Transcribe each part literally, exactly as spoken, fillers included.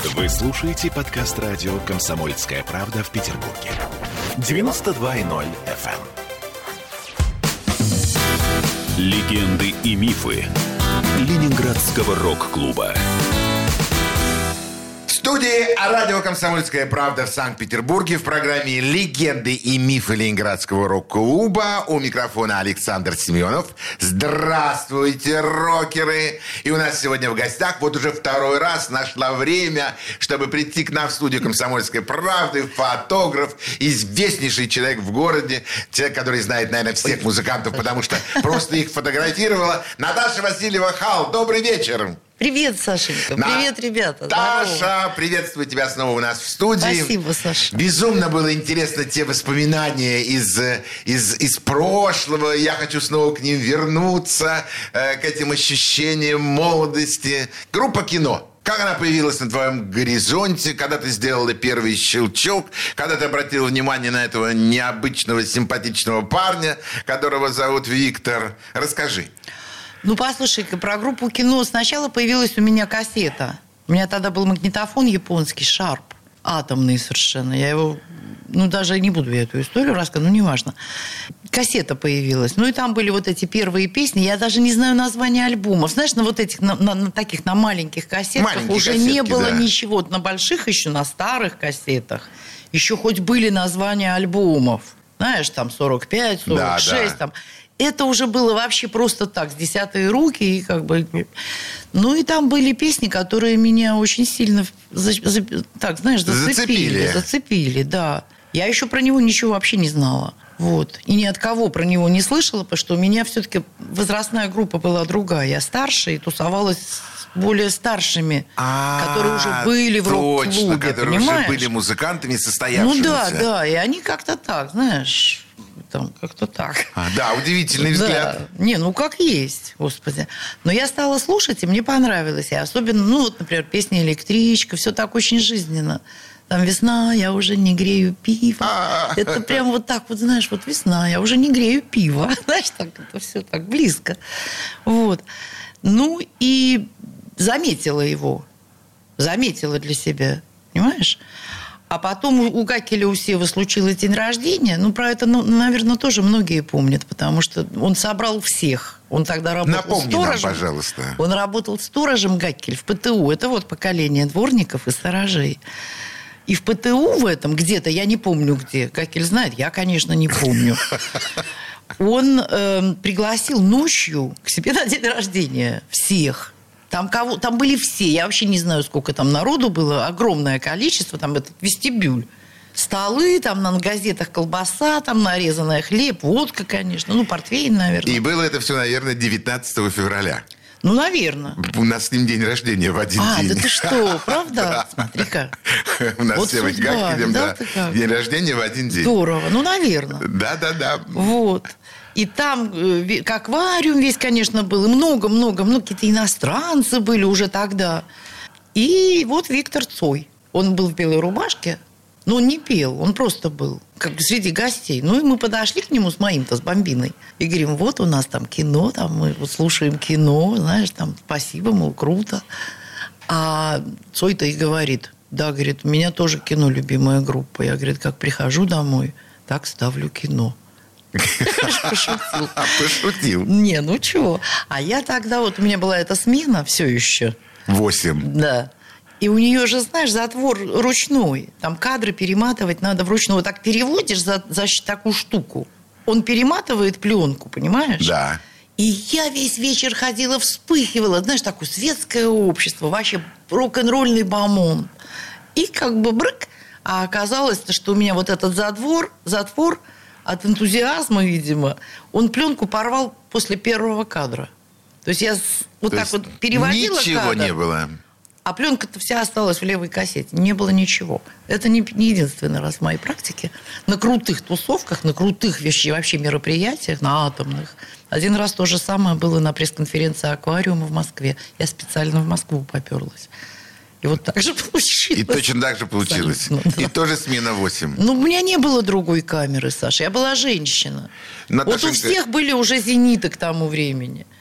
Вы слушаете подкаст радио «Комсомольская правда» в Петербурге. девяносто два и ноль эф эм. Легенды и мифы Ленинградского рок-клуба. В студии радио «Комсомольская правда» в Санкт-Петербурге в программе «Легенды и мифы Ленинградского рок-клуба». У микрофона Александр Семенов. Здравствуйте, рокеры! И у нас сегодня в гостях вот уже второй раз нашла время, чтобы прийти к нам в студию «Комсомольской правды» фотограф, известнейший человек в городе, человек, который знает, наверное, всех музыкантов, потому что просто их фотографировала. Наташа Васильева Хал. Добрый вечер! Привет, Сашенька. На... Привет, ребята. Таша, здорово. Приветствую тебя снова у нас в студии. Спасибо, Саша. Безумно было интересно те воспоминания из, из, из прошлого. Я хочу снова к ним вернуться, э, к этим ощущениям молодости. Группа «Кино». Как она появилась на твоем горизонте, когда ты сделала первый щелчок, когда ты обратила внимание на этого необычного, симпатичного парня, которого зовут Виктор? Расскажи. Ну, послушай-ка, про группу «Кино» сначала появилась у меня кассета. У меня тогда был магнитофон японский, Sharp, атомный совершенно. Я его, ну, даже не буду я эту историю рассказывать, ну, неважно. Кассета появилась. Ну, и там были вот эти первые песни. Я даже не знаю названия альбомов. Знаешь, на вот этих, на, на, на таких, на маленьких кассетках маленькие уже кассетки, не было да. ничего. На больших еще, на старых кассетах еще хоть были названия альбомов. Знаешь, там сорок пять, сорок шесть, да, да. там... Это уже было вообще просто так, с десятой руки. И как бы... Ну, и там были песни, которые меня очень сильно, за, за, так, знаешь, зацепили. Зацепили. Зацепили, да. Я еще про него ничего вообще не знала. Вот. И ни от кого про него не слышала, потому что у меня все-таки возрастная группа была другая. Я старше и тусовалась с более старшими, а, которые уже были в рок-клубе, точно, которые понимаешь? уже были музыкантами состоявшимися. Ну да, да, и они как-то так, знаешь... Там как-то так. А, да, удивительный взгляд. Да. Не, ну как есть, господи. Но я стала слушать, и мне понравилось. И особенно, ну вот, например, песня «Электричка», все так очень жизненно. Там «Весна, я уже не грею пиво». А-а-а. Это прям вот так вот, знаешь, вот «Весна, я уже не грею пиво». Знаешь, так это все так близко. Вот. Ну и заметила его. Заметила для себя. Понимаешь? А потом у Гакеля у Севы случилось день рождения. Ну, про это, ну, наверное, тоже многие помнят, потому что он собрал всех. Он тогда работал Напомни сторожем. нам, пожалуйста. Он работал сторожем, Гакель, в ПТУ. Это вот поколение дворников и сторожей. И в ПТУ в этом где-то, я не помню где, Гакель знает, я, конечно, не помню. Он э, пригласил ночью к себе на день рождения всех. Там, кого, там были все, я вообще не знаю, сколько там народу было, огромное количество, там этот вестибюль. Столы, там на газетах колбаса, там нарезанная хлеб, водка, конечно, ну, портвейн, наверное. И было это все, наверное, девятнадцатого февраля. Ну, наверное. У нас с ним день рождения в один а, день. А, да ты что, правда? Смотри-ка. У нас вот с Севой Гакелем, да, день рождения в один день. Здорово, ну, наверное. Да-да-да. Вот. И там, как аквариум весь, конечно, был, и много-много-много, какие-то иностранцы были уже тогда. И вот Виктор Цой. Он был в белой рубашке, но он не пел, он просто был, как среди гостей. Ну, и мы подошли к нему с моим-то, с Бомбиной, и говорим, вот у нас там кино, там мы вот слушаем кино, знаешь, там, спасибо, мол, круто. А Цой-то и говорит, да, говорит, у меня тоже кино любимая группа. Я, говорит, как прихожу домой, так ставлю кино. Пошутил. Пошутил. Не, ну чего. А я тогда, вот у меня была эта смена все еще. Восемь. Да. И у нее же, знаешь, затвор ручной. Там кадры перематывать надо вручную. Вот так переводишь за, за такую штуку. Он перематывает пленку, понимаешь? Да. И я весь вечер ходила, вспыхивала. Знаешь, такое светское общество. Вообще рок-н-ролльный бомон. И как бы брык. А оказалось, что у меня вот этот затвор, затвор... от энтузиазма, видимо, он пленку порвал после первого кадра. То есть я вот То так вот переводила кадр. Ничего не было. А пленка-то вся осталась в левой кассете. Не было ничего. Это не, не единственный раз в моей практике. На крутых тусовках, на крутых вещей, вообще мероприятиях, на атомных. Один раз то же самое было на пресс-конференции «Аквариума» в Москве. Я специально в Москву поперлась. И вот так же получилось. И точно так же получилось. Да. И тоже смена восемь. Ну, у меня не было другой камеры, Саша. Я была женщина. Наташенька... Вот у всех были уже зениты к тому времени.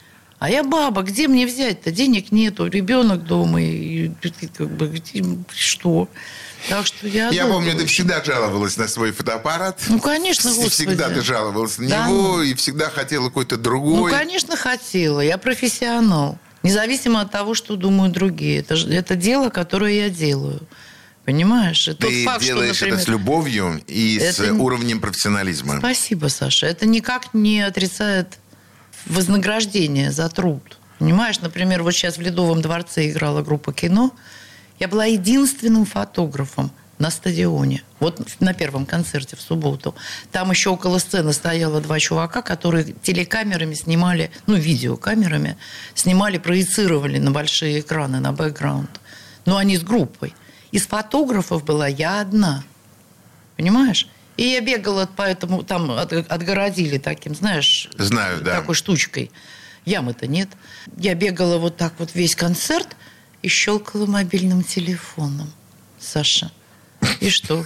А я баба, где мне взять-то? Денег нету, ребенок дома, и, и как бы, где, что? Так что я... Я долго помню, ты очень. всегда жаловалась на свой фотоаппарат. Ну, конечно, И Господи. всегда ты жаловалась на Да. него, и всегда хотела какой-то другой. Ну, конечно, хотела. Я профессионал. Независимо от того, что думают другие. Это, же- это дело, которое я делаю. Понимаешь? И тот Ты факт, что, делаешь например, это с любовью и с Это не- уровнем профессионализма. Спасибо, Саша. Это никак не отрицает вознаграждение за труд. Понимаешь, например, вот сейчас в Ледовом дворце играла группа «Кино». Я была единственным фотографом на стадионе. Вот на первом концерте в субботу. Там еще около сцены стояло два чувака, которые телекамерами снимали, ну, видеокамерами, снимали, проецировали на большие экраны, на бэкграунд. Но они с группой. Из фотографов была я одна. Понимаешь? И я бегала, поэтому там от- отгородили таким, знаешь, Знаю, да. такой штучкой. Ямы-то нет. Я бегала вот так вот весь концерт и щелкала мобильным телефоном. Саша. И что?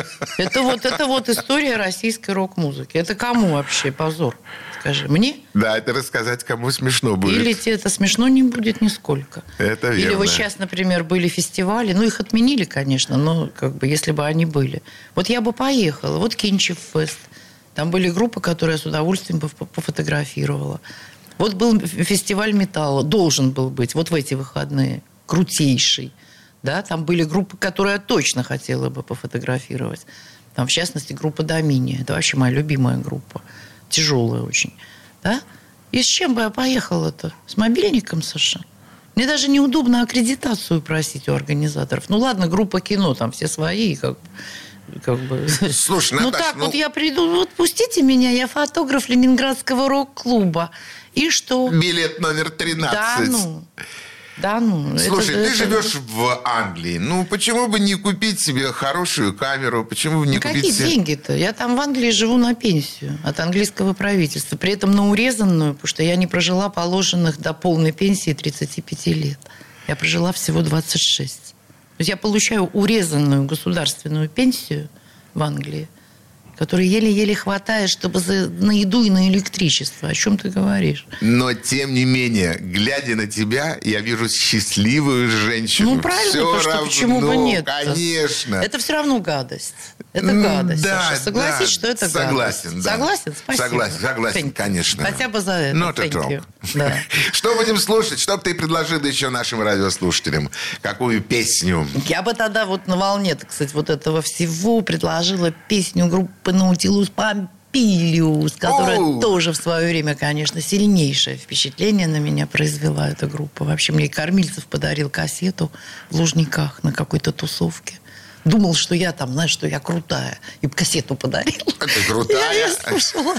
Это вот, это вот история российской рок-музыки. Это кому вообще позор? Скажи, мне? Да, это рассказать кому смешно будет. Или тебе это смешно не будет нисколько? Это Или верно. вот сейчас, например, были фестивали, ну, их отменили, конечно, но как бы, если бы они были. Вот я бы поехала. Вот Кинчев фест. Там были группы, которые я с удовольствием бы поф- пофотографировала. Вот был фестиваль металла, должен был быть, вот в эти выходные, крутейший. Да, там были группы, которые я точно хотела бы пофотографировать. Там, в частности, группа «Доминия». Это вообще моя любимая группа. Тяжелая очень. Да? И с чем бы я поехала-то? С мобильником, Саша? Мне даже неудобно аккредитацию просить у организаторов. Ну ладно, группа «Кино», там все свои, как, как бы... Слушай, Ну Наташ, так ну- вот я приду, вот пустите меня, я фотограф Ленинградского рок-клуба. И что? Билет номер тринадцать. Да ну. Да ну. Слушай, это- ты это- живешь в Англии. Ну, почему бы не купить себе хорошую камеру? Почему бы не Ну, купить какие себе... деньги-то? Я там в Англии живу на пенсию от английского правительства. При этом на урезанную, потому что я не прожила положенных до полной пенсии тридцати пяти лет. Я прожила всего двадцать шесть. То есть я получаю урезанную государственную пенсию в Англии, которой еле-еле хватает, чтобы за, на еду и на электричество. О чем ты говоришь? Но, тем не менее, глядя на тебя, я вижу счастливую женщину. Ну, правильно, Всё потому что равно, почему бы нет? Конечно. Это все равно гадость. Это М, гадость, да, Саша. Согласись, да, что это согласен, гадость. да. Согласен? Спасибо. Согласен, согласен, Thank you. конечно. Хотя бы за это. Not at Thank all. you. Да. Что будем слушать? Что бы ты предложила еще нашим радиослушателям? Какую песню? Я бы тогда вот на волне, кстати, вот этого всего предложила песню группы «Наутилус Помпилиус», которая Оу. тоже в свое время, конечно, сильнейшее впечатление на меня произвела эта группа. Вообще мне Кормильцев подарил кассету в Лужниках на какой-то тусовке. Думал, что я там, знаешь, что я крутая. И кассету подарил. Ты крутая. Я её слушала.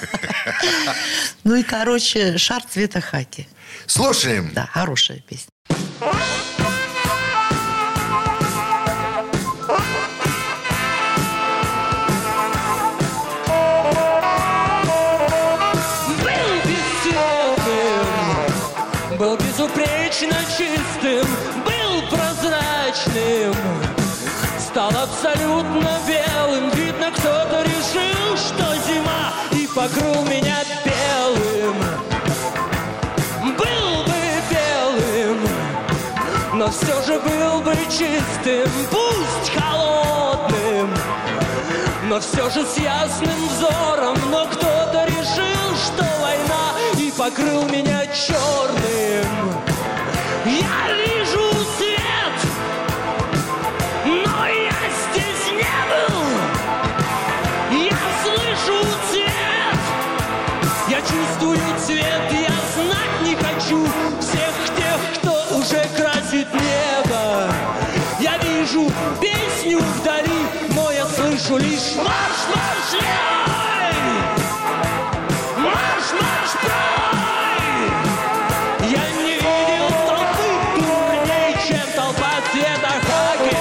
Ну и, короче, «Шар цвета хаки». Слушаем. Да, хорошая песня. Был бесцветным, был безупречно чистым, был прозрачным, стал абсолютно белым. Видно, кто-то решил, что зима, и покрыл меня белым. Был бы белым, но все же был бы чистым, пусть холодным, но все же с ясным взором. Но кто-то решил, что война, и покрыл меня черным. Я вижу свет, но я здесь не был. Я слышу цвет, я чувствую цвет, я знать не хочу всех тех, кто уже красит небо. Я вижу песню вдали, но я слышу лишь марш, марш, лей! Марш, марш, прой! Я не видел толпы дурней, чем толпа цвета хаки.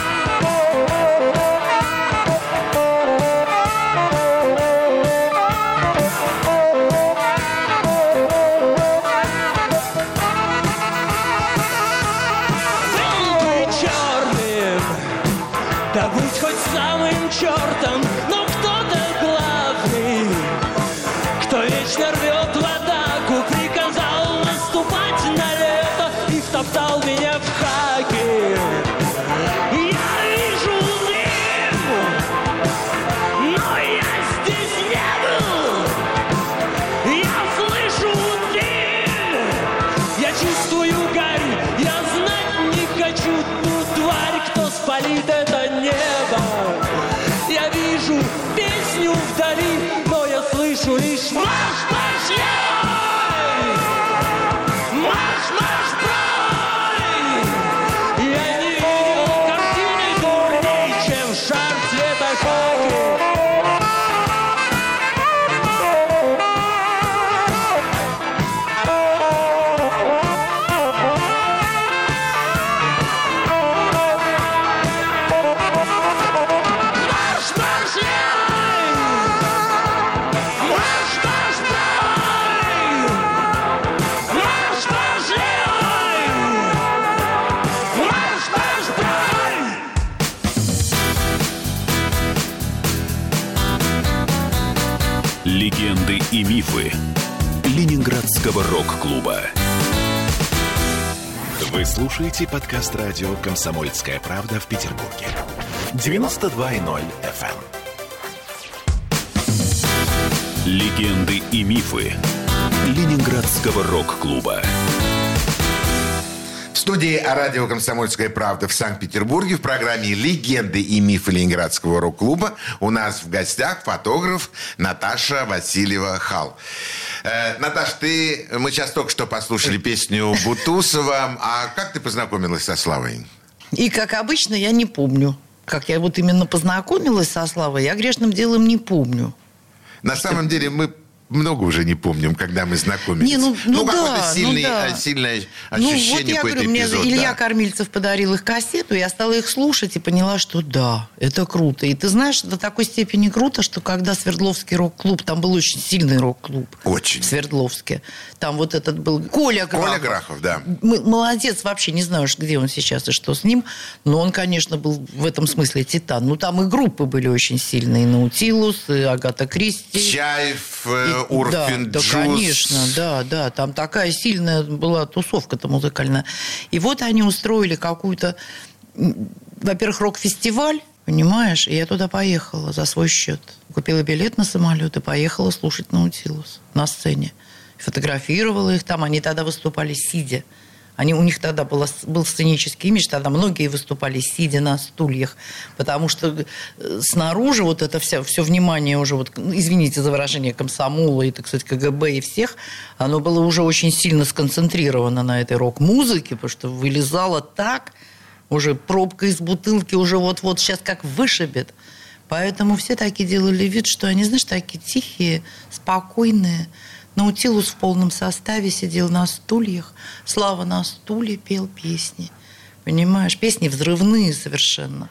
Был бы черным, да будь хоть самым чертом, но кто-то главный, кто вечно рвет в атаку, приказал наступать. палит это небо. Я вижу песню вдали, но я слышу лишь марш-марш, яй! Марш-марш, прой! Я не видел картины дурней, чем шар цвета хаки. Легенды и мифы Ленинградского рок-клуба. Вы слушаете подкаст радио «Комсомольская правда» в Петербурге. девяносто два и ноль эф эм. Легенды и мифы Ленинградского рок-клуба. В студии радио «Комсомольская правда» в Санкт-Петербурге в программе «Легенды и мифы Ленинградского рок-клуба» у нас в гостях фотограф Наташа Васильева-Хал. Э, Наташ, ты, мы сейчас только что послушали песню Бутусова. А как ты познакомилась со Славой? И, как обычно, я не помню. Как я вот именно познакомилась со Славой, я грешным делом не помню. На самом деле мы много уже не помним, когда мы знакомились. Не, ну, ну, ну да, какое-то сильный, ну, да. сильное Ну, ощущение, вот я какой-то говорю, мне эпизод. Илья Да. Кормильцев подарил их кассету, я стала их слушать и поняла, что да, это круто. И ты знаешь, до такой степени круто, что когда Свердловский рок-клуб, там был очень сильный рок-клуб. Очень. В Свердловске. Там вот этот был Коля Грахов. Коля Грахов, да. М- Молодец вообще, не знаю, где он сейчас и что с ним, но он, конечно, был в этом смысле титан. Ну, там и группы были очень сильные. И Наутилус, и Агата Кристи. Чаев, э, И- Урфин, да, Джуз. Да, конечно, да, да. Там такая сильная была тусовка-то музыкальная. И вот они устроили какую-то, во-первых, рок-фестиваль, понимаешь? И я туда поехала за свой счет. Купила билет на самолет и поехала слушать Наутилус на сцене. Фотографировала их там. Они тогда выступали сидя. Они, у них тогда было, был сценический имидж, тогда многие выступали сидя на стульях, потому что снаружи вот это все, все внимание уже, вот, извините за выражение, комсомола и, так сказать, ка гэ бэ и всех, оно было уже очень сильно сконцентрировано на этой рок-музыке, потому что вылезало так, уже пробка из бутылки уже вот-вот сейчас как вышибет. Поэтому все такие делали вид, что они, знаешь, такие тихие, спокойные. Наутилус в полном составе сидел на стульях. Слава на стуле пел песни. Понимаешь? Песни взрывные совершенно.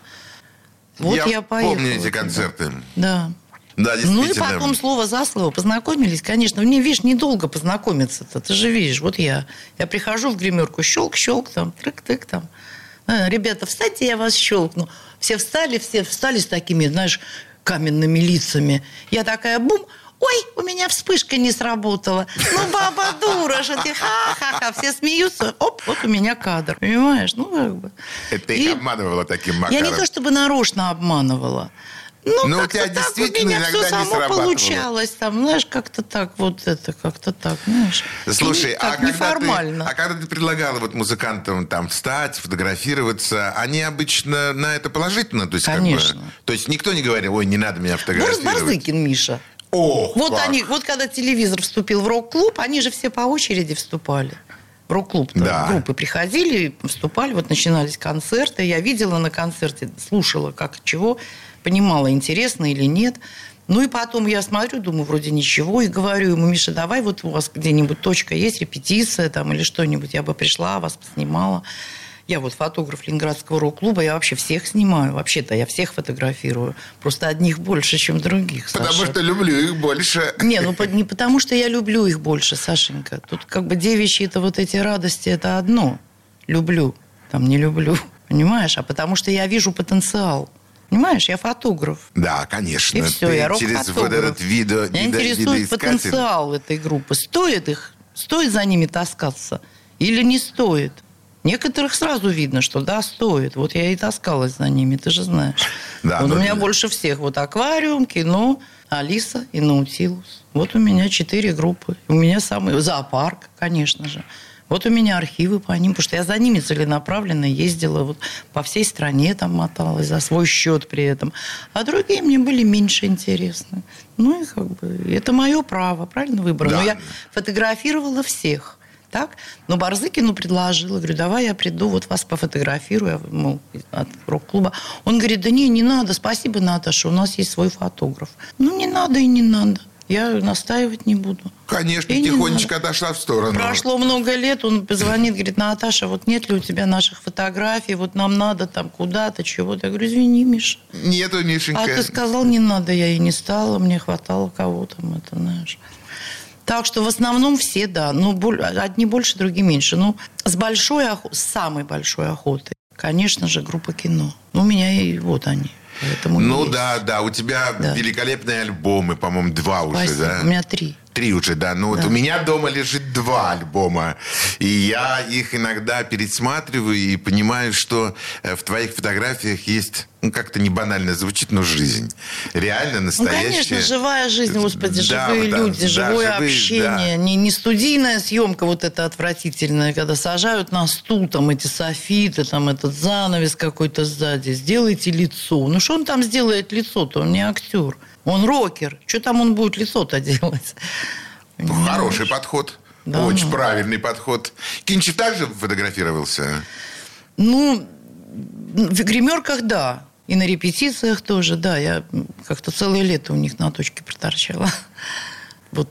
Вот я, я поехала. помню эти концерты. Да. Да, Ну и действительно. потом слово за слово познакомились, конечно. Мне, видишь, недолго познакомиться-то. Ты же видишь, вот я. Я прихожу в гримерку, щелк-щелк, там, трык-тык, там. А, ребята, встаньте, я вас щелкну. Все встали, все встали с такими, знаешь, каменными лицами. Я такая, бум, ой, у меня вспышка не сработала. Ну, баба дура, что ты, ха-ха-ха. Все смеются, оп, вот у меня кадр. Понимаешь? Ну, как бы. Это ты И их обманывала таким макаром. Я не то чтобы нарочно обманывала. Ну, Но у как-то тебя так действительно у меня иногда все не само срабатывало. получалось. Там, знаешь, как-то так, вот это, как-то так, знаешь. Слушай, И а, так, когда неформально. ты, а когда ты предлагала вот музыкантам там встать, фотографироваться, они обычно на это положительно? То есть, Конечно. Как бы, то есть никто не говорил, ой, не надо меня Борис фотографировать. Барзыкин, Миша. Ох, Вот как. они, вот когда телевизор вступил в рок-клуб, они же все по очереди вступали. В рок-клуб Да. группы приходили, вступали, вот начинались концерты. Я видела на концерте, слушала, как чего, понимала, интересно или нет. Ну и потом я смотрю, думаю, вроде ничего, и говорю ему, Миша, давай вот у вас где-нибудь точка есть, репетиция там или что-нибудь, я бы пришла, вас поснимала. Я вот фотограф Ленинградского рок-клуба, я вообще всех снимаю. Вообще-то я всех фотографирую. Просто одних больше, чем других, Потому Саша. что люблю их больше. Не, ну по- не потому, что я люблю их больше, Сашенька. Тут как бы девичьи-то вот эти радости, это одно. Люблю, там не люблю. Понимаешь? А потому что я вижу потенциал. Понимаешь, я фотограф. Да, конечно. И все, Ты я через вот рок-фотограф. этот видео, Меня видо- интересует видоискатель. потенциал этой группы. Стоит их, стоит за ними таскаться или не стоит? Некоторых сразу видно, что да, стоит. Вот я и таскалась за ними, ты же знаешь. Да, вот но- у меня больше всех. Вот аквариум, кино, Алиса и Наутилус. Вот у меня четыре группы. У меня самый... Зоопарк, конечно же. Вот у меня архивы по ним, потому что я за ними целенаправленно ездила, вот по всей стране там моталась за свой счет при этом. А другие мне были меньше интересны. Ну и как бы это мое право, правильно выбор. Да. Но я фотографировала всех. Так? Но Барзыкину предложила, говорю, давай я приду, вот вас пофотографирую, мол, от рок-клуба. Он говорит, да не, не надо, спасибо, Наташа, у нас есть свой фотограф. Ну, не надо и не надо. Я настаивать не буду. Конечно, И тихонечко отошла в сторону. Прошло много лет, он позвонит, говорит, Наташа, вот нет ли у тебя наших фотографий, вот нам надо там куда-то, чего-то. Я говорю, извини, Миша. Нету, Мишенька. А ты сказал, не надо, я и не стала, мне хватало кого там, это, знаешь. Так что в основном все, да, но одни больше, другие меньше. Ну, с большой охотой, с самой большой охотой, конечно же, группа «Кино». Ну, у меня и вот они. Ну да, да, у тебя да. великолепные альбомы, по-моему, два уже, Спасибо. да? У меня три. Три уже, да. Ну да. вот у меня дома лежит два альбома. И я их иногда пересматриваю и понимаю, что в твоих фотографиях есть, ну как-то не банально звучит, но жизнь. Реально настоящая. Ну, конечно, живая жизнь, господи, да, живые да, люди, да, живое живые, общение. Да. Не, не студийная съемка вот эта отвратительная, когда сажают на стул там эти софиты, там этот занавес какой-то сзади. Сделайте лицо. Ну, что он там сделает лицо-то? Он не актер. Он рокер. Что там он будет лицо-то делать? Понимаешь? Хороший подход. Да, Очень ну. правильный подход. Кинчев также фотографировался? Ну, в гримерках, да. И на репетициях тоже, да. Я как-то целое лето у них на точке проторчала. Вот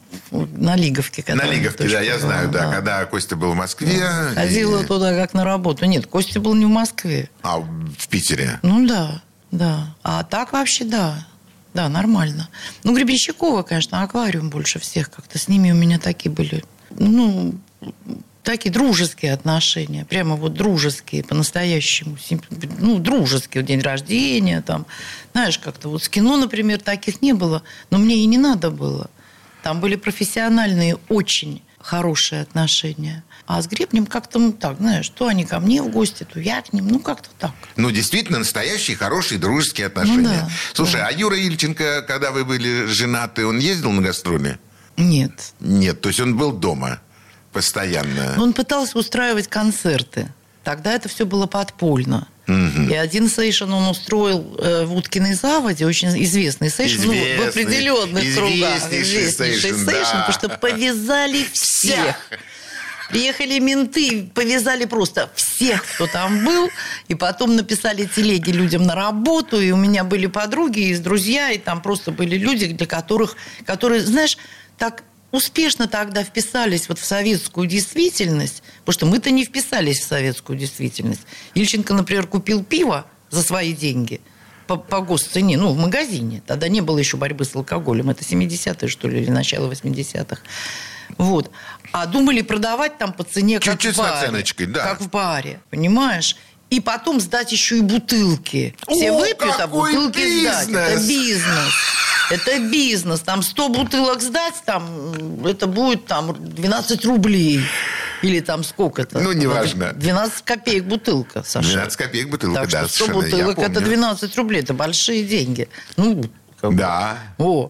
на Лиговке. На Лиговке, да, я знаю, да, да. Когда Костя был в Москве. Да. Ходила и... туда как на работу. Нет, Костя был не в Москве. А в Питере? Ну, да, да. А так вообще, да. Да, нормально. Ну, Гребенщикова, конечно, аквариум больше всех. Как-то с ними у меня такие были, ну, такие дружеские отношения. Прямо вот дружеские, по-настоящему. Ну, дружеские. День рождения, там. Знаешь, как-то вот с кино, например, таких не было. Но мне и не надо было. Там были профессиональные, очень хорошие отношения. А с Гребнем как-то, ну, так, знаешь, то они ко мне в гости, то я к ним, ну, как-то так. Ну, действительно, настоящие, хорошие, дружеские отношения. Ну, да, Слушай, да. А Юра Ильченко, когда вы были женаты, он ездил на гастроли? Нет. Нет, то есть он был дома постоянно? Он пытался устраивать концерты. Тогда это все было подпольно. Угу. И один сейшн он устроил э, в Уткиной заводе, очень известный сейшн, ну, в определенных кругах. Известнейший сейшн, да. Потому что повязали всех. Приехали менты, повязали просто всех, кто там был. И потом написали телеги людям на работу. И у меня были подруги и друзья. И там просто были люди, для которых... Которые, знаешь, так... успешно тогда вписались вот в советскую действительность, потому что мы-то не вписались в советскую действительность. Ильченко, например, купил пиво за свои деньги по, по госцене, ну, в магазине. Тогда не было еще борьбы с алкоголем. Это семидесятые, что ли, или начало восьмидесятых. Вот. А думали продавать там по цене, как чуть-чуть в баре. с наценочкой, да. Как в баре, понимаешь? И потом сдать еще и бутылки. Все О, выпьют, а бутылки бизнес! сдать. Это бизнес. Это бизнес. Там сто бутылок сдать, там, это будет там двенадцать рублей. Или там сколько-то? Ну, неважно. двенадцать копеек бутылка, Саша. двенадцать копеек бутылка, так да, что сто бутылок – это двенадцать рублей. Это большие деньги. Ну, как да. бы. О.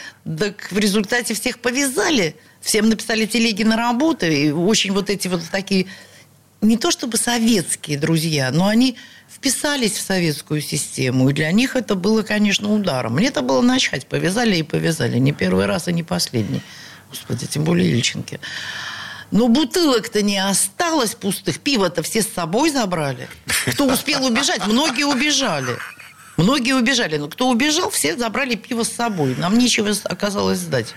Так в результате всех повязали. Всем написали телеги на работу. И очень вот эти вот такие... Не то чтобы советские друзья, но они вписались в советскую систему. И для них это было, конечно, ударом. Мне это было начать. Повязали и повязали. Не первый раз и не последний. Господи, тем более Ильченко. Но бутылок-то не осталось пустых. Пиво-то все с собой забрали. Кто успел убежать? Многие убежали. Многие убежали. Но кто убежал, все забрали пиво с собой. Нам нечего оказалось сдать.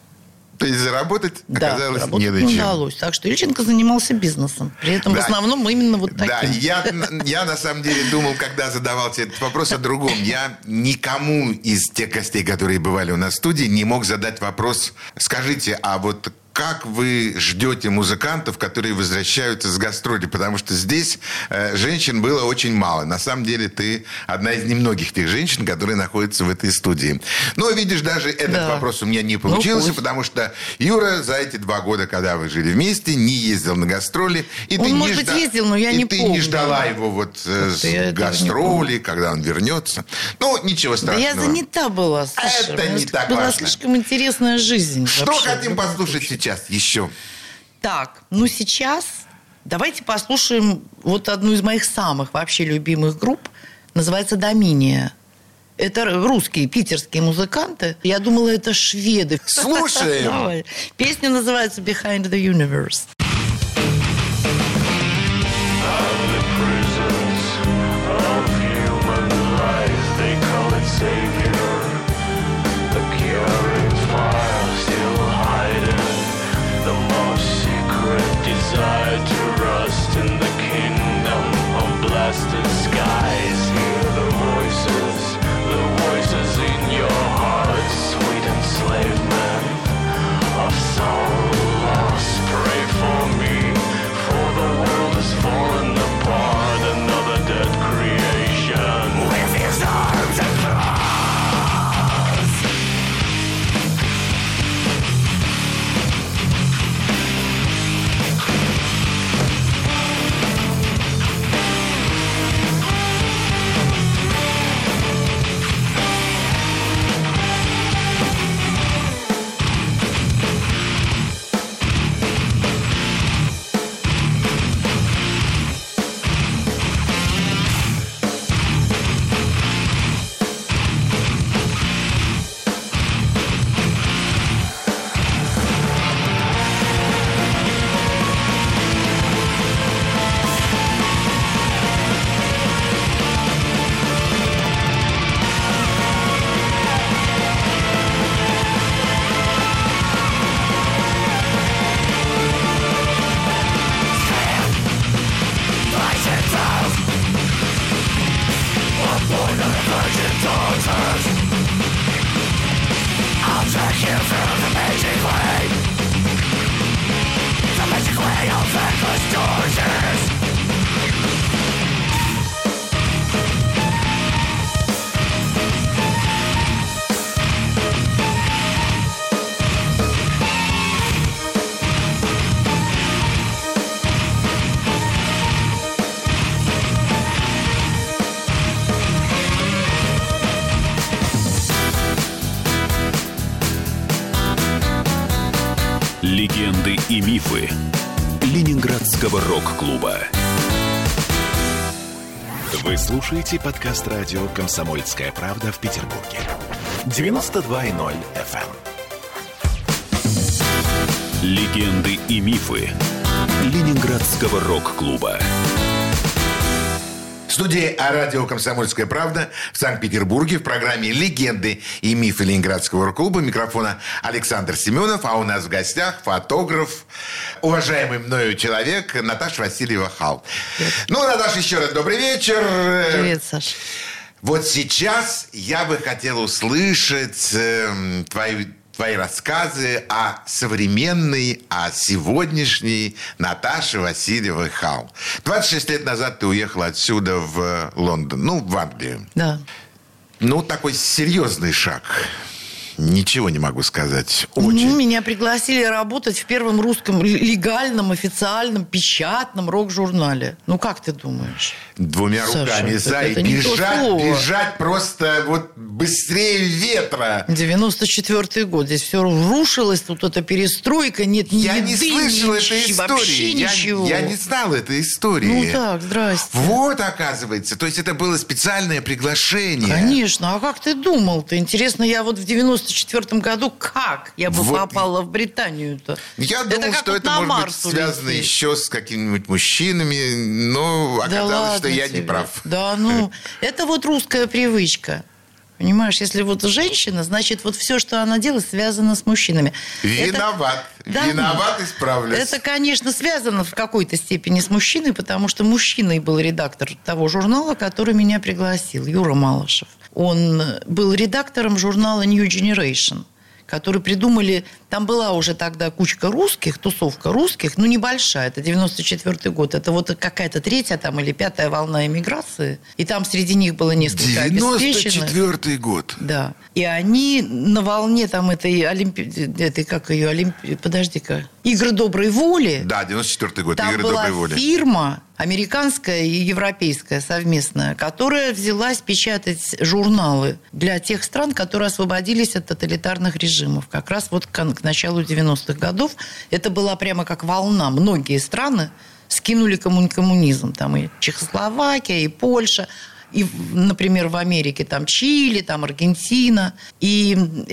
То есть заработать да, оказалось заработать не на чем. Не удалось. Так что Ильченко занимался бизнесом. При этом да. в основном именно вот таким. Да, я, я на самом деле думал, когда задавал тебе этот вопрос о другом. Я никому из тех гостей, которые бывали у нас в студии, не мог задать вопрос. Скажите, а вот как вы ждете музыкантов, которые возвращаются с гастроли? Потому что здесь э, женщин было очень мало. На самом деле ты одна из немногих тех женщин, которые находятся в этой студии. Но, видишь, даже этот да. вопрос у меня не получился, ну, потому что Юра за эти два года, когда вы жили вместе, не ездил на гастроли. И он, ты может не быть, жда... ездил, но я и не ты помню. не ждала его вот э, с гастроли, когда он вернется. Ну, ничего страшного. Да я занята была, Саша. Это не так была важно. Слишком интересная жизнь. Что вообще. хотим послушать сейчас еще? Так, ну сейчас давайте послушаем вот одну из моих самых вообще любимых групп. Называется «Доминия». Это русские, питерские музыканты. Я думала, это шведы. Слушаем. Давай. Песня называется «Behind the Universe». Легенды и мифы Ленинградского рок-клуба. Вы слушаете подкаст радио «Комсомольская правда» в Петербурге. девяносто два и ноль эф эм. Легенды и мифы Ленинградского рок-клуба. В студии радио «Комсомольская правда» в Санкт-Петербурге в программе «Легенды и мифы Ленинградского рок-клуба». Микрофона Александр Семенов, а у нас в гостях фотограф, уважаемый мною человек Наташа Васильева Хал. Привет. Ну, Наташа, еще раз добрый вечер. Привет, Саш. Вот сейчас я бы хотел услышать э, твои... твои рассказы о современной, о сегодняшней Наташе Васильевой Хал. двадцать шесть лет назад ты уехала отсюда в Лондон, ну, в Англию. Да. Ну, такой серьезный шаг. Ничего не могу сказать. Очень. Ну, меня пригласили работать в первом русском легальном, официальном, печатном рок-журнале. Ну, как ты думаешь? Двумя Саша, руками за и бежать, бежать просто вот быстрее ветра. девяносто четвёртый год. Здесь все рушилось, тут эта перестройка, нет ни Я еды, не слышал ни этой ничего, вообще истории. Я, ничего. я не знал этой истории. Ну так, здрасте. Вот, оказывается. То есть это было специальное приглашение. Конечно. А как ты думал-то? Интересно, я вот в девяносто четвёртом году как я бы вот. попала в Британию-то? Я это думал, что вот это может Марс быть связано улететь. еще с какими-нибудь мужчинами, но Да оказалось, ладно что я тебе. не прав. Да, ну, это вот русская привычка. Понимаешь, если вот женщина, значит, вот все, что она делает, связано с мужчинами. Виноват. Это... Да, Виноват, исправлюсь. Это, конечно, связано в какой-то степени с мужчиной, потому что мужчиной был редактор того журнала, который меня пригласил, Юра Малышев. Он был редактором журнала New Generation, который придумали... Там была уже тогда кучка русских, тусовка русских, ну, небольшая, это девяносто четвёртый год. Это вот какая-то третья там или пятая волна эмиграции. И там среди них было несколько обеспеченных. девяносто четвёртый год. Да. И они на волне там этой Олимпи... этой, как ее, Олимпи... подожди-ка, Игры доброй воли. Да, девяносто четвёртый год, Там Игры была доброй воли. фирма американская и европейская совместная, которая взялась печатать журналы для тех стран, которые освободились от тоталитарных режимов. Как раз вот к, к началу девяностых годов это была прямо как волна. Многие страны скинули комму- коммунизм. Там и Чехословакия, и Польша, и, например, в Америке там Чили, там Аргентина. И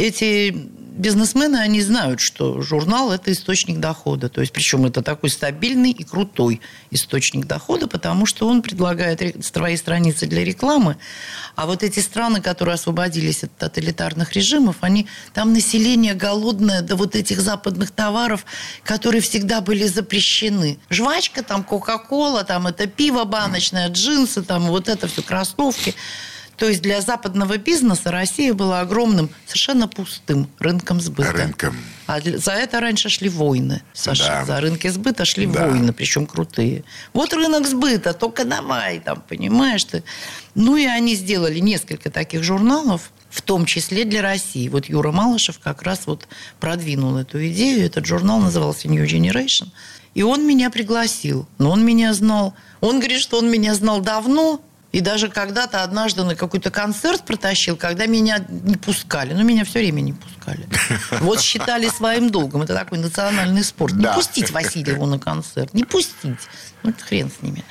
эти бизнесмены, они знают, что журнал – это источник дохода. То есть, причем это такой стабильный и крутой источник дохода, потому что он предлагает свои страницы для рекламы. А вот эти страны, которые освободились от тоталитарных режимов, они, там население голодное до вот этих западных товаров, которые всегда были запрещены. Жвачка, там Кока-Кола, там это пиво баночное, джинсы, там вот это все, кроссовки. То есть для западного бизнеса Россия была огромным, совершенно пустым рынком сбыта. Рынком. А для, за это раньше шли войны, Саша. Да. За рынки сбыта шли да. войны, причем крутые. Вот рынок сбыта, только давай, там, понимаешь ты. Ну и они сделали несколько таких журналов, в том числе для России. Вот Юра Малышев как раз вот продвинул эту идею. Этот журнал назывался New Generation. И он меня пригласил. Но он меня знал. Он говорит, что он меня знал давно. И даже когда-то однажды на какой-то концерт протащил, когда меня не пускали. Ну, меня все время не пускали. Вот считали своим долгом. Это такой национальный спорт. Не да. пустить Васильеву на концерт. Не пустить. Ну, хрен с ними.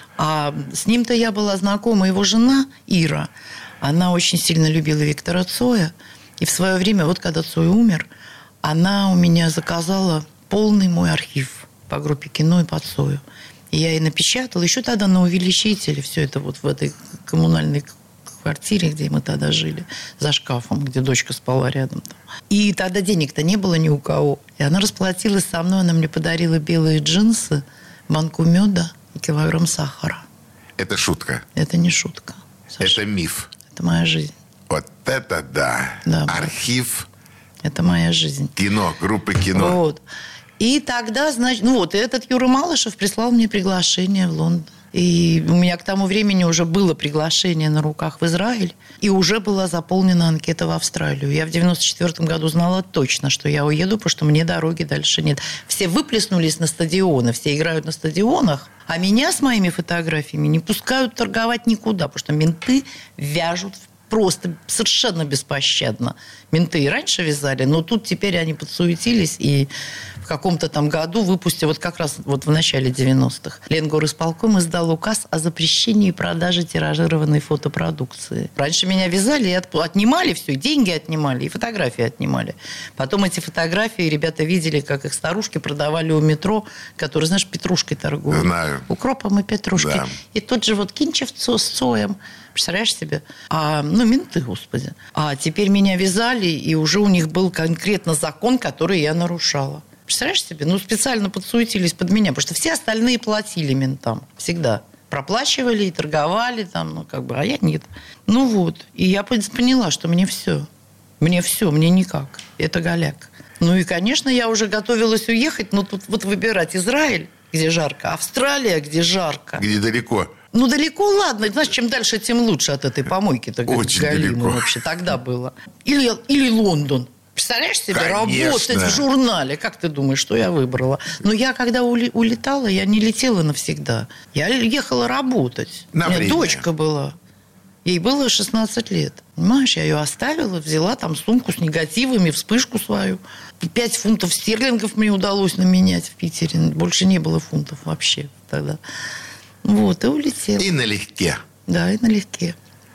А с ним-то я была знакома. Его жена Ира, она очень сильно любила Виктора Цоя. И в свое время, вот когда Цой умер, она у меня заказала полный мой архив по группе «Кино» и по Цою. И я ей напечатала. Еще тогда на увеличителе все это вот в этой коммунальной квартире, где мы тогда жили, за шкафом, где дочка спала рядом. И тогда денег-то не было ни у кого. И она расплатилась со мной. Она мне подарила белые джинсы, банку меда и килограмм сахара. Это шутка? Это не шутка, Саша. Это миф? Это моя жизнь. Вот это да. да Архив. Это моя жизнь. Кино, группы кино. Вот. И тогда, значит, ну вот, этот Юра Малышев прислал мне приглашение в Лондон. И у меня к тому времени уже было приглашение на руках в Израиль, и уже была заполнена анкета в Австралию. Я в девяносто четвёртом году знала точно, что я уеду, потому что мне дороги дальше нет. Все выплеснулись на стадионы, все играют на стадионах, а меня с моими фотографиями не пускают торговать никуда, потому что менты вяжут просто совершенно беспощадно. Менты и раньше вязали, но тут теперь они подсуетились и в каком-то там году выпустили, вот как раз вот в начале девяностых, Ленгорисполком издал указ о запрещении продажи тиражированной фотопродукции. Раньше меня вязали и отнимали все, и деньги отнимали, и фотографии отнимали. Потом эти фотографии ребята видели, как их старушки продавали у метро, которые, знаешь, петрушкой торгуют. Знаю. Укропом и петрушкой. Да. И тут же вот Кинчев с Цоем. Представляешь себе? А, ну, менты, господи. А теперь меня вязали, и уже у них был конкретно закон, который я нарушала. Представляешь себе? Ну, специально подсуетились под меня, потому что все остальные платили ментам. Всегда. Проплачивали и торговали там, ну, как бы, а я нет. Ну, вот. И я поняла, что мне все. Мне все, мне никак. Это голяк. Ну, и, конечно, я уже готовилась уехать, но тут вот выбирать Израиль, где жарко, Австралия, где жарко. Где далеко. Ну, далеко, ладно. Знаешь, чем дальше, тем лучше от этой помойки-то. Очень далеко. Вообще тогда было. Или, или Лондон. Представляешь себе, Конечно. Работать в журнале. Как ты думаешь, что я выбрала? Но я, когда улетала, я не летела навсегда. Я ехала работать. На У меня время. Дочка была. Ей было шестнадцать лет. Понимаешь, я ее оставила, взяла там сумку с негативами, вспышку свою. Пять фунтов стерлингов мне удалось наменять в Питере. Больше не было фунтов вообще тогда. Вот, и улетела. И налегке. Да, и налегке.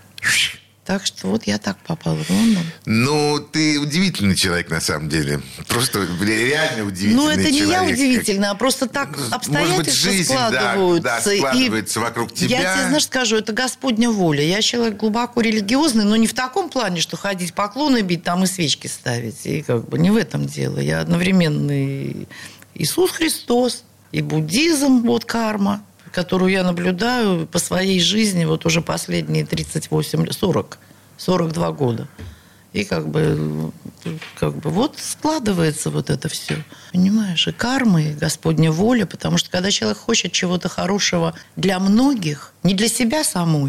Так что вот я так попала в Лондон. Ну, ты удивительный человек, на самом деле. Просто реально удивительный человек. Ну, это не я удивительная, а просто так обстоятельства Может быть, жизнь, складываются. Да, да, складывается и вокруг тебя. Я тебе, знаешь, скажу, это Господня воля. Я человек глубоко религиозный, но не в таком плане, что ходить поклоны бить, там и свечки ставить. И как бы не в этом дело. Я одновременно и Иисус Христос, и буддизм, вот карма, которую я наблюдаю по своей жизни вот уже последние тридцать восемь, сорок, сорок два года. И как бы, как бы вот складывается вот это все. Понимаешь? И карма, и Господня воля. Потому что когда человек хочет чего-то хорошего для многих, не для себя самой,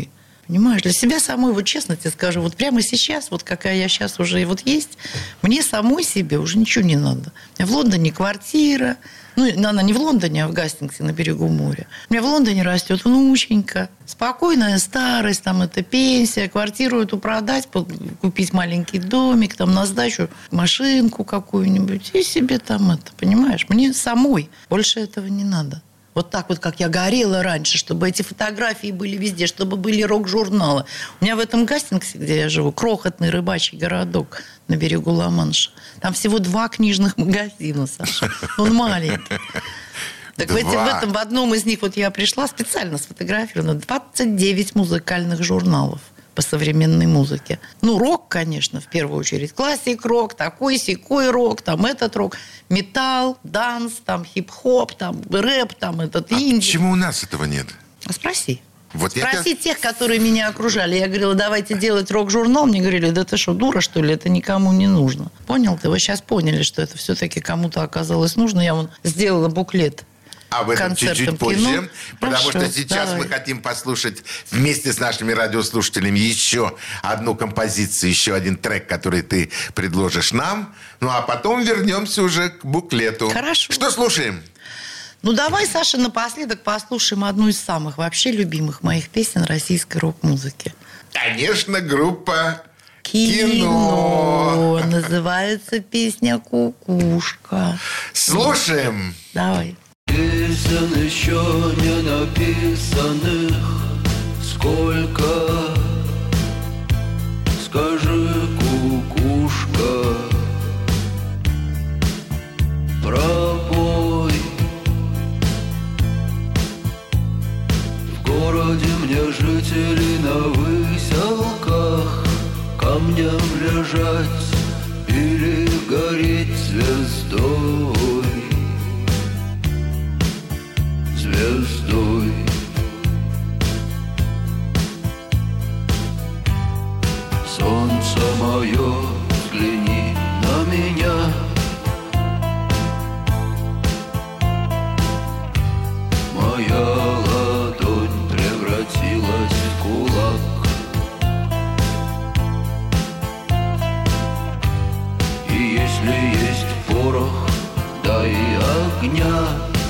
Понимаешь, для себя самой, вот честно тебе скажу, вот прямо сейчас, вот какая я сейчас уже вот есть, мне самой себе уже ничего не надо. У меня в Лондоне квартира, ну, она не в Лондоне, а в Гастингсе на берегу моря. У меня в Лондоне растет внученька, спокойная старость, там это пенсия, квартиру эту продать, купить маленький домик, там на сдачу машинку какую-нибудь и себе там это, понимаешь? Мне самой больше этого не надо. Вот так вот, как я горела раньше, чтобы эти фотографии были везде, чтобы были рок-журналы. У меня в этом Гастингсе, где я живу, крохотный рыбачий городок на берегу Ла-Манша. Там всего два книжных магазина, Саша. Он маленький. Так в, эти, в этом, в одном из них вот я пришла, специально сфотографировала двадцать девять музыкальных журналов по современной музыке. Ну, рок, конечно, в первую очередь. Классик-рок, такой-сякой рок, там этот рок, металл, данс, там хип-хоп, там рэп, там этот а инди. Почему у нас этого нет? А спроси. Вот Спроси я... тех, которые меня окружали. Я говорила, давайте делать рок-журнал. Мне говорили, да ты что, дура, что ли? Это никому не нужно. Понял ты? Вы сейчас поняли, что это все-таки кому-то оказалось нужно. Я вон сделала буклет. Об этом чуть-чуть позже, кино. потому Хорошо, что сейчас давай. мы хотим послушать вместе с нашими радиослушателями еще одну композицию, еще один трек, который ты предложишь нам. Ну, а потом вернемся уже к буклету. Хорошо. Что слушаем? Ну, давай, Саша, напоследок послушаем одну из самых вообще любимых моих песен российской рок-музыки. Конечно, группа «Кино». Называется песня «Кукушка». Слушаем. Давай. Песен еще не написанных сколько, скажи, кукушка, пробой. В городе мне жители на выселках камнем лежать или гореть звездой. Звездой. Солнце мое, взгляни на меня. Моя ладонь превратилась в кулак. И если есть порох, дай огня.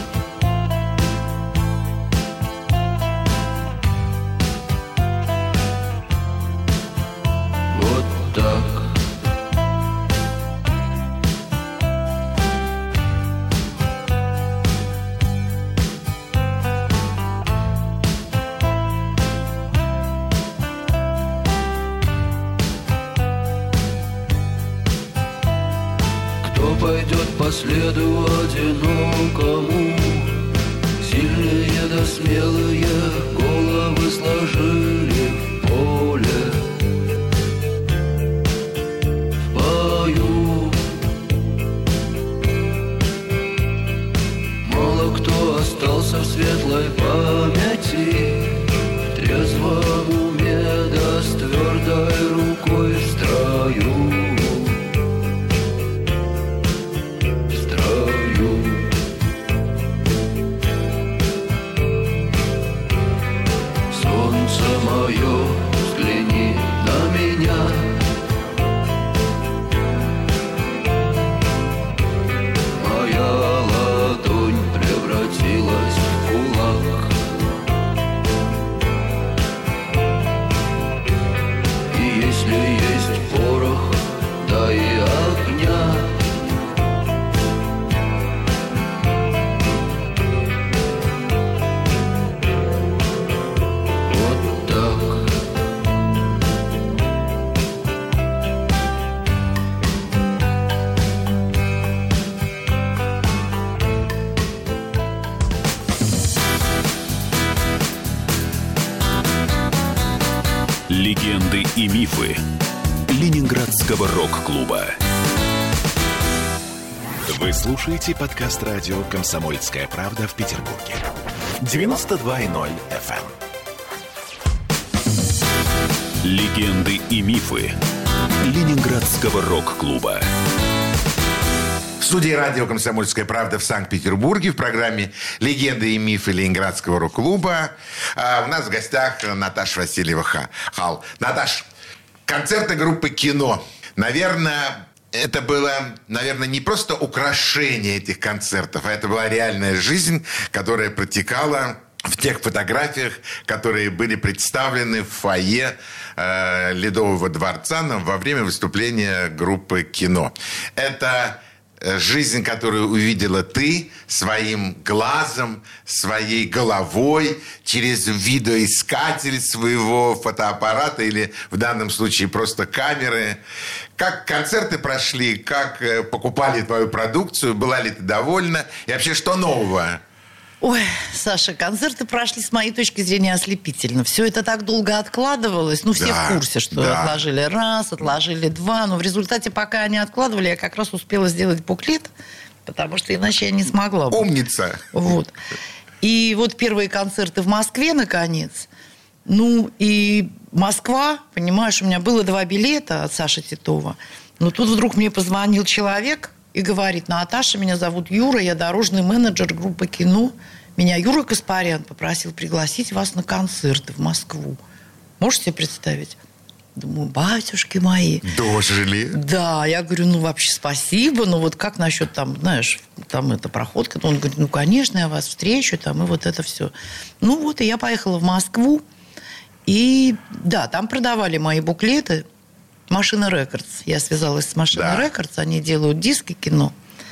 По следу одинокому, сильные да смелые головы сложили в поле. В бою мало кто остался в светлой памяти, в трезвом уме да с твердой рукой в строю. Взгляни на меня. Моя ладонь превратилась в кулак. И если есть порох, дай огня. Легенды и мифы Ленинградского рок-клуба. Вы слушаете подкаст радио «Комсомольская правда» в Петербурге. девяносто два и ноль эф эм. Легенды и мифы Ленинградского рок-клуба. студии радио «Комсомольская правда» в Санкт-Петербурге в программе «Легенды и мифы Ленинградского рок-клуба». А у нас в гостях Наташа Васильева-Хал. Наташ, концерты группы «Кино». Наверное, это было, наверное, не просто украшение этих концертов, а это была реальная жизнь, которая протекала в тех фотографиях, которые были представлены в фойе э, Ледового дворца во время выступления группы «Кино». Это жизнь, которую увидела ты своим глазом, своей головой, через видеоискатель своего фотоаппарата или в данном случае просто камеры. Как концерты прошли, как покупали твою продукцию, была ли ты довольна и вообще что нового? Ой, Саша, концерты прошли, с моей точки зрения, ослепительно. Все это так долго откладывалось. Ну, все да, в курсе, что да. отложили раз, отложили два. Но в результате, пока они откладывали, я как раз успела сделать буклет, потому что иначе я не смогла бы. Умница. Вот. И вот первые концерты в Москве, наконец. Ну, и Москва, понимаешь, у меня было два билета от Саши Титова. Но тут вдруг мне позвонил человек и говорит: Наташа, меня зовут Юра, я дорожный менеджер группы «Кино». Меня Юра Каспарян попросил пригласить вас на концерты в Москву. Можете себе представить? Думаю, батюшки мои. Дожили. Да, я говорю, ну вообще спасибо, но вот как насчет там, знаешь, там это проходка? Он говорит, ну конечно, я вас встречу, там, и вот это все. Ну вот, и я поехала в Москву, и да, там продавали мои буклеты. Машина Рекордс. Я связалась с Машиной да. Рекордс. Они делают диски кино.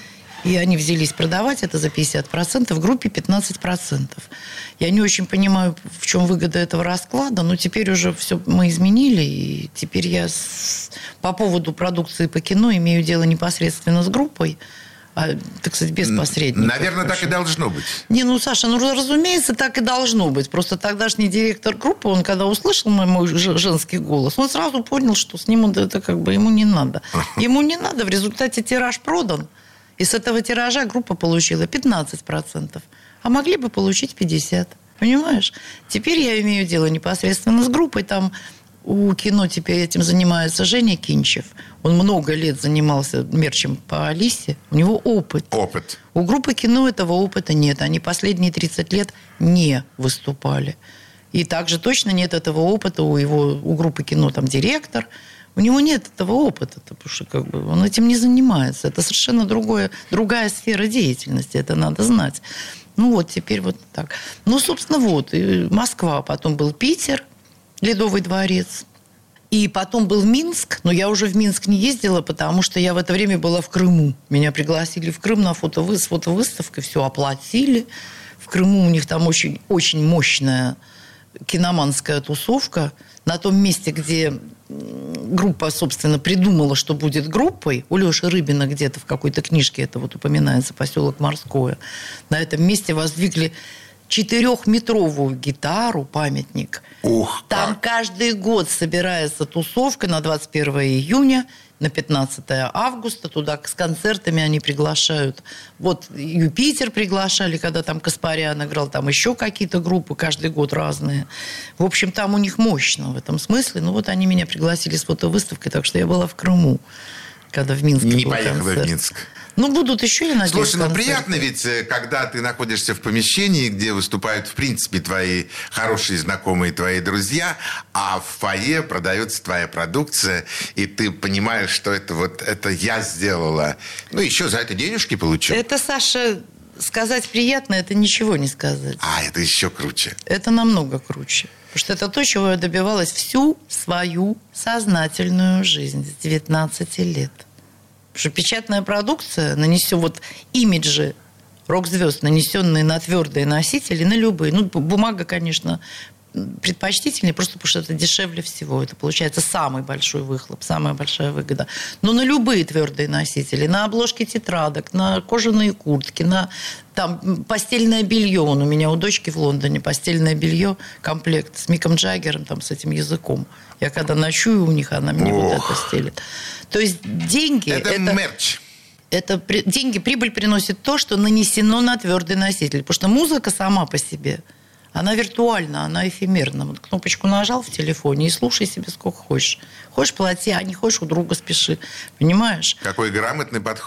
И они взялись продавать это за пятьдесят процентов, в группе пятнадцать процентов. Я не очень понимаю, в чем выгода этого расклада, но теперь уже все мы изменили, и теперь я с... по поводу продукции по кино имею дело непосредственно с группой, а, так сказать, без посредников. Наверное, так и должно быть. Не, ну, Саша, ну, разумеется, так и должно быть. Просто тогдашний директор группы, он когда услышал мой, мой женский голос, он сразу понял, что с ним он, это как бы ему не надо. Ему не надо, в результате тираж продан. И с этого тиража группа получила пятнадцать процентов. А могли бы получить пятьдесят процентов. Понимаешь? Теперь я имею дело непосредственно с группой. Там у «Кино» теперь этим занимается Женя Кинчев. Он много лет занимался мерчем по Алисе. У него опыт. Опыт. У группы «Кино» этого опыта нет. Они последние тридцать лет не выступали. И также точно нет этого опыта у, его, у группы «Кино». Там директор. У него нет этого опыта, потому что как бы, он этим не занимается. Это совершенно другое, другая сфера деятельности. Это надо знать. Ну вот, теперь вот так. Ну, собственно, вот. И Москва, потом был Питер, Ледовый дворец. И потом был Минск, но я уже в Минск не ездила, потому что я в это время была в Крыму. Меня пригласили в Крым на фотовы... с фотовыставкой, все оплатили. В Крыму у них там очень, очень мощная киноманская тусовка. На том месте, где группа, собственно, придумала, что будет группой, у Леши Рыбина где-то в какой-то книжке это вот упоминается, поселок Морское, на этом месте воздвигли четырехметровую гитару, памятник. Ух, там как. Каждый год собирается тусовка на двадцать первое июня, на пятнадцатое августа. Туда с концертами они приглашают. Вот Юпитер приглашали, когда там Каспарян играл, там еще какие-то группы, каждый год разные. В общем, там у них мощно в этом смысле. Ну вот они меня пригласили с фотовыставкой, так что я была в Крыму, когда в Минске Не был поехала концерт. в Минск. Ну, будут еще, я надеюсь, Слушай, ну концерты. приятно ведь, когда ты находишься в помещении, где выступают, в принципе, твои хорошие знакомые, твои друзья, а в фойе продается твоя продукция, и ты понимаешь, что это вот это я сделала. Ну, еще за это денежки получил. Это, Саша, сказать приятно, это ничего не сказать. А, это еще круче. Это намного круче. Потому что это то, чего я добивалась всю свою сознательную жизнь с девятнадцати лет. Потому что печатная продукция нанесет вот имиджи рок-звезд, нанесенные на твердые носители, на любые. Ну, бумага, конечно, предпочтительнее, просто потому что это дешевле всего. Это получается самый большой выхлоп, самая большая выгода. Но на любые твердые носители, на обложки тетрадок, на кожаные куртки, на там, постельное белье. Он у меня у дочки в Лондоне постельное белье, комплект с Миком Джаггером, там, с этим языком. Я когда ночую у них, она мне Ох. вот это стелит. То есть деньги... Это, это мерч. Это при, деньги, прибыль приносит то, что нанесено на твердый носитель. Потому что музыка сама по себе, она виртуальна, она эфемерна. Вот кнопочку нажал в телефоне и слушай себе сколько хочешь. Хочешь плати, а не хочешь у друга спеши. Понимаешь? Какой грамотный подход.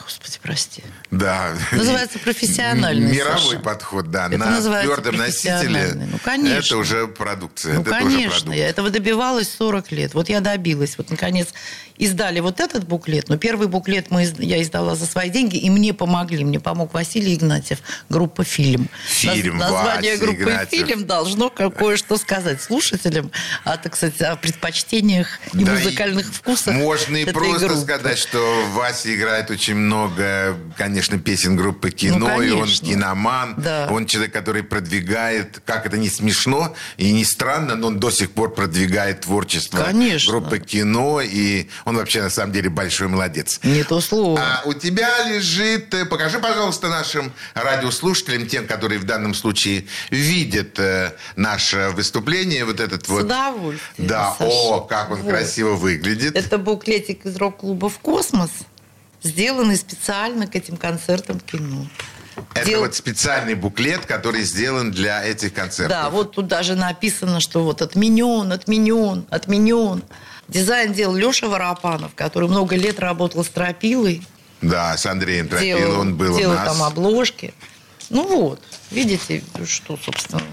Господи, прости. Да. Называется профессиональный. Мировой Саша. подход, да. Это на называется твердом носителе. профессиональный. Ну, конечно. Это уже продукция. Ну, это конечно. Тоже продукт. Я этого добивалась сорок лет. Вот я добилась. Вот, наконец, издали вот этот буклет. Но первый буклет мы, из- я издала за свои деньги, и мне помогли. Мне помог Василий Игнатьев, группа «Фильм». Фильм, Наз- Название Вася группы Игнатьев. «Фильм» должно кое-что сказать слушателям о, так сказать, о предпочтениях и Да, музыкальных и вкусах Можно и этой просто группы. сказать, что Вася играет очень много, конечно, песен группы «Кино», Ну, и он конечно. киноман. Да. Он человек, который продвигает, как это не смешно и не странно, но он до сих пор продвигает творчество Конечно. группы «Кино», и он вообще, на самом деле, большой молодец. Не то слово. А у тебя лежит... э, Покажи, пожалуйста, нашим радиослушателям, тем, которые в данном случае видят э, наше выступление, вот этот С вот... удовольствием, Да, Саша. о, как он Вот. красиво выглядит. Это буклетик из рок-клуба «В космос», сделанный специально к этим концертам «Кино». Это Дел- вот специальный буклет, который сделан для этих концертов. Да, вот тут даже написано, что вот отменен, отменен, отменен. Дизайн делал Леша Воропанов, который много лет работал с Тропилой. Да, с Андреем Тропило Делал, он был делал у нас. там обложки. Ну вот, видите, что, собственно.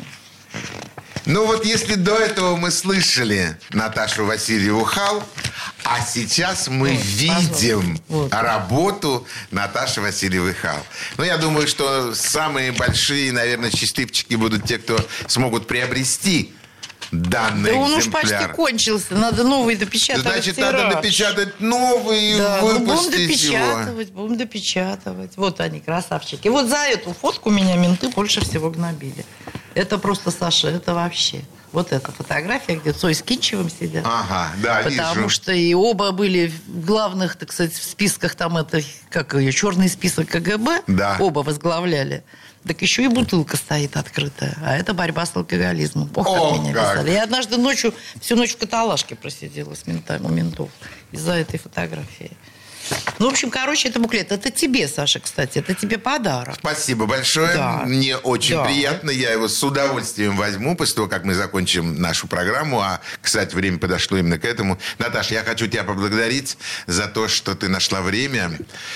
Ну вот если до этого мы слышали Наташу Васильеву Хал, а сейчас мы Вот, видим пожалуйста. Вот. работу Наташи Васильевой Хал. Ну, я думаю, что самые большие, наверное, счастливчики будут те, кто смогут приобрести данный Да он уж экземпляр. почти кончился, надо новый допечатать. Значит, тираж. надо допечатать новый и Да, ну, будем выпустить его. допечатывать, будем допечатывать. Вот они, красавчики. Вот за эту фотку меня менты больше всего гнобили. Это просто, Саша, это вообще. Вот эта фотография, где Цой с Кинчевым сидят. Ага, да, Потому вижу. что и оба были в главных, так сказать, в списках, там это, как ее, черный список КГБ. Да. Оба возглавляли. Так еще и бутылка стоит открытая. А это борьба с алкоголизмом. Ох, О, как меня как. вязали. Я однажды ночью, всю ночь в каталажке просидела с ментами, у ментов из-за этой фотографии. Ну, в общем, короче, это буклет. Это тебе, Саша, кстати. Это тебе подарок. Спасибо большое. Да. Мне очень Да. приятно. Я его с удовольствием возьму после того, как мы закончим нашу программу. А, кстати, время подошло именно к этому. Наташа, я хочу тебя поблагодарить за то, что ты нашла время.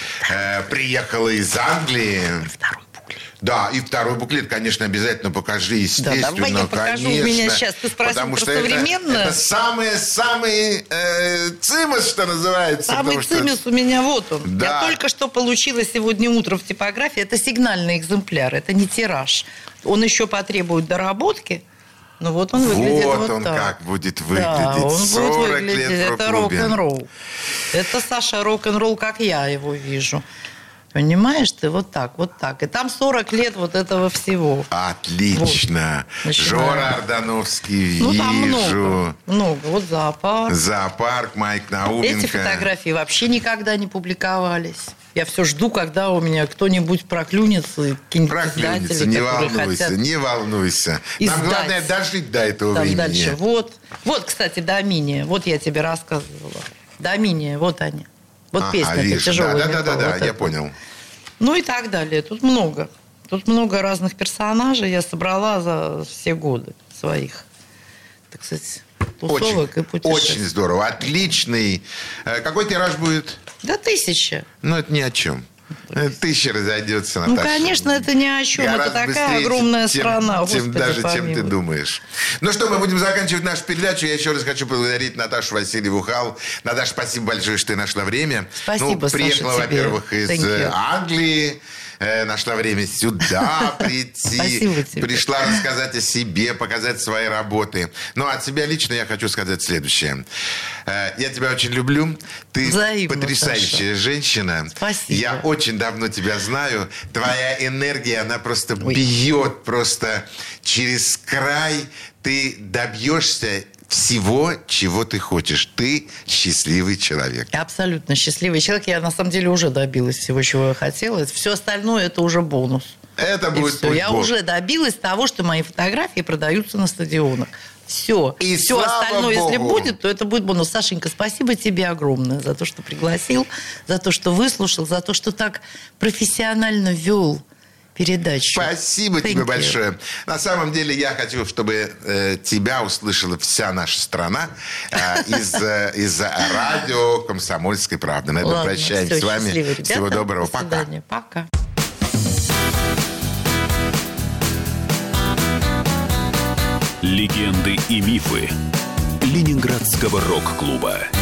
Э, приехала из Англии. Второй буклет. Да, и второй буклет, конечно, обязательно покажи, естественно, давай я покажу. У меня конечно. сейчас, ты спросил Потому про что это- современное. Это, самый-самый э, цимус, что называется. Самый потому что- цимис у меня вот он. Да. Я только что получила сегодня утром в типографии. Это сигнальный экземпляр, это не тираж. Он еще потребует доработки. Ну вот он выглядит вот, Вот он так. как будет Да, выглядеть. он будет сорок выглядеть. лет в Это рок-клубе. рок-н-ролл. Это, Саша, рок-н-ролл, как я его вижу. Понимаешь ты? Вот так, вот так. И там сорок лет вот этого всего. Отлично. Вот. Начинаем. Жора Ордановский, Ну, там вижу. много. Много. Вот зоопарк. Зоопарк, Майк Науменко. Эти фотографии вообще никогда не публиковались. Я все жду, когда у меня кто-нибудь проклюнется, и какие-нибудь Проклюнется, издатели, не которые волнуйся, хотят не волнуйся. Нам издать. главное дожить до этого там времени. дальше. Вот. Вот, кстати, Доминия. Вот я тебе рассказывала. Доминия, вот они. Вот Ага, песня вижу. тяжелая. Да, да, да, да, я это. понял. Ну и так далее. Тут много. Тут много разных персонажей я собрала за все годы своих, так сказать, тусовок Очень, и путешествий. очень здорово. Отличный. Э, Какой тираж будет? Да тысяча. Ну, это ни о чем. Э, Тысяча разойдется, Ну, Наташа. конечно, это ни о чем. Это Гораздо такая быстрее, огромная чем- страна. Чем Господи, даже, чем ты помилуй. думаешь. Ну что, мы будем заканчивать нашу передачу. Я еще раз хочу поблагодарить Наташу Васильеву Хал. Наташа, спасибо большое, что ты нашла время. Спасибо, ну, приехала, Саша, тебе. во-первых, из Thank you. э, Англии. э, Нашла время сюда прийти. Спасибо тебе. Пришла рассказать о себе, показать свои работы. Ну, от себя лично я хочу сказать следующее. Э, Я тебя очень люблю. Ты Взаимно, потрясающая женщина. Спасибо. Я очень давно тебя знаю. Твоя энергия, она просто Ой. бьет просто через край. Ты добьешься всего, чего ты хочешь. Ты счастливый человек. Я абсолютно счастливый человек. Я на самом деле уже добилась всего, чего я хотела. Все остальное это уже бонус. Это И будет всё. путь Я Бога. уже добилась того, что мои фотографии продаются на стадионах. Все. И Все слава остальное, если Богу. будет, то это будет бонус. Сашенька, спасибо тебе огромное за то, что пригласил, за то, что выслушал, за то, что так профессионально вел передачу. Спасибо Thank тебе you. большое. На самом деле я хочу, чтобы э, тебя услышала вся наша страна э, из, э, из радио «Комсомольской правды». На этом Ладно, прощаемся все, с вами. счастливо, ребята. Всего доброго. До Пока. свидания. Пока. Легенды и мифы Ленинградского рок-клуба.